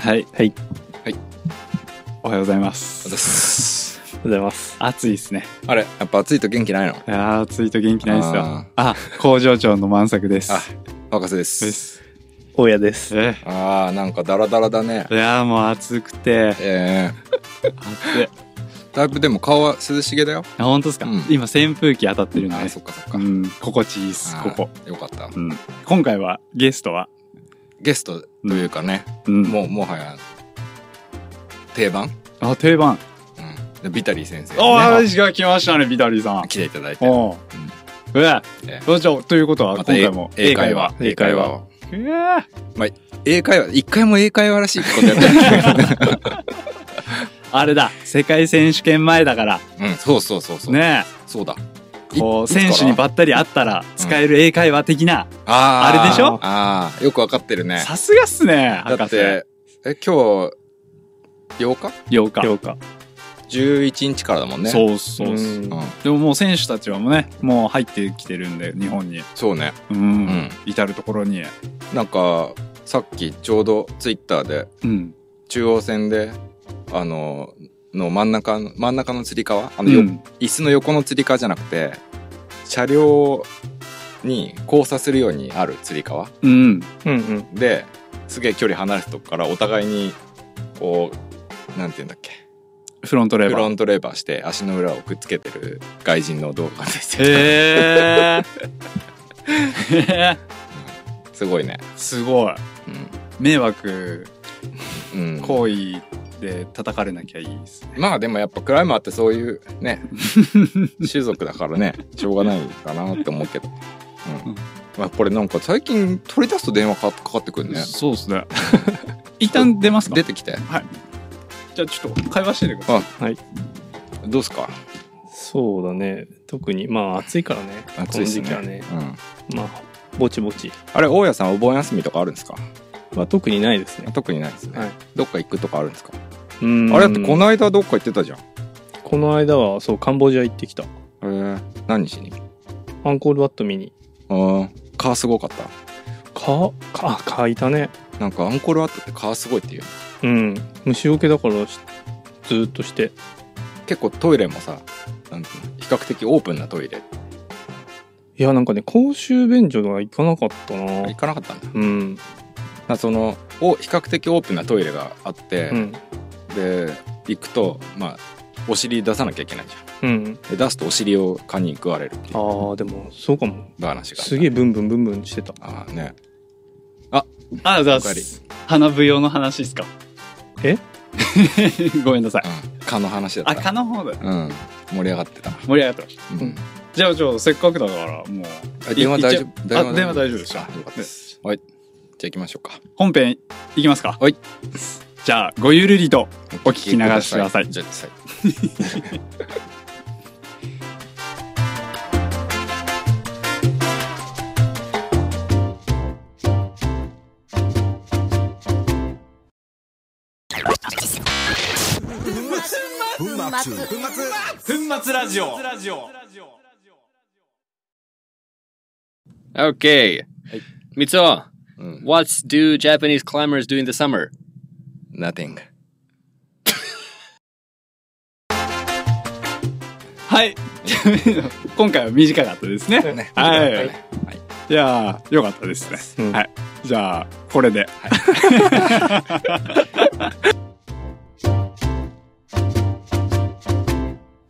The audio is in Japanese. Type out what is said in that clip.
はいはい。 はい。 おはようございます。 おはようございます。 おはようございます。 暑いですね。 あれ、やっぱ暑いと元気ないの？ いやー、暑いと元気ないですよ。工場長の万作です。 博士です。 大家です。 なんかダラダラだね。 いやー、もう暑くて。暑い。 だいぶでも顔は涼しげだよ。 あ、本当ですか？今扇風機当たってるんで。 そっかそっか。 心地いいっす、ここ。 よかった。 今回はゲストというかね、もはや定番。 定番。 ビタリー先生。 来ましたね、ビタリーさん。 来ていただいて。 ということは今回も英会話。 英会話。 英会話、一回も英会話らしいことやってない。 あれだ、世界選手権前だから。 そう。 ねえ。 そうだ。 こう選手にばったり会ったら使える英会話的な、あれでしょ？ よくわかってるね。 さすがっすね、 だって、今日、8日 ?11 日からだもんね。 そう。でももう選手たちはね、もう入ってきてるんで、日本に。 そうね。 至るところに。 なんか、さっきちょうどツイッターで、中央線で、の真ん中のつり革、椅子の横のつり革じゃなくて、車両に交差するようにあるつり革、で、すげえ距離離れたとこからお互いにこう、なんていうんだっけ、 フロントレバーして足の裏をくっつけてる外人の動画ですよ。すごいね。 すごい。迷惑行為で叩かれなきゃいいですね。 まあでもやっぱクライマーってそういうね種族だからね、しょうがないかなって思うけど、これなんか最近取り出すと電話かかってくるね。 そうですね。一旦出ますか？ 出てきて。 はい。じゃあちょっと会話しててください。 はい。 どうすか？ そうだね。特にまあ暑いからね。 暑いですね。 この時期はね。まあぼちぼち。 あれ、大家さんお盆休みとかあるんですか？ 特にないですね。 特にないですね。どっか行くとかあるんですか？あれだってこの間どっか行ってたじゃん。 この間はそうカンボジア行ってきた。 何しに？ アンコールワット見に。 蚊すごかった？ 蚊いたね。 なんかアンコールワットって蚊すごいっていう。 虫除けだからずーっとして。 結構トイレもさ、比較的オープンなトイレ。 いやなんかね、公衆便所は行かなかったな。 行かなかったんだ。その比較的オープンなトイレがあって、で行くとまあお尻出さなきゃいけないじゃん。で出すとお尻を蚊に食われるっていう。 でもそうかも。 話がすげえブンブンしてた。 ね。 花舞踊の話ですか？ごめんなさい。 蚊の話だった。 蚊の方だ。 盛り上がってた。 盛り上がってました。じゃあせっかくだからもう電話大丈夫？ 電話大丈夫でした。 よかったです。はい。じゃあ行きましょうか。 本編いきますか？ はい。 じゃあごゆるりとお聞き流してください。 じゃあ粉末ラジオ。 Okay. Mitsuo, what do Japanese climbers do in the summer? Nothing. はい。今回は短かったですね。はい。いやー、よかったですね。はい。じゃあ、これで。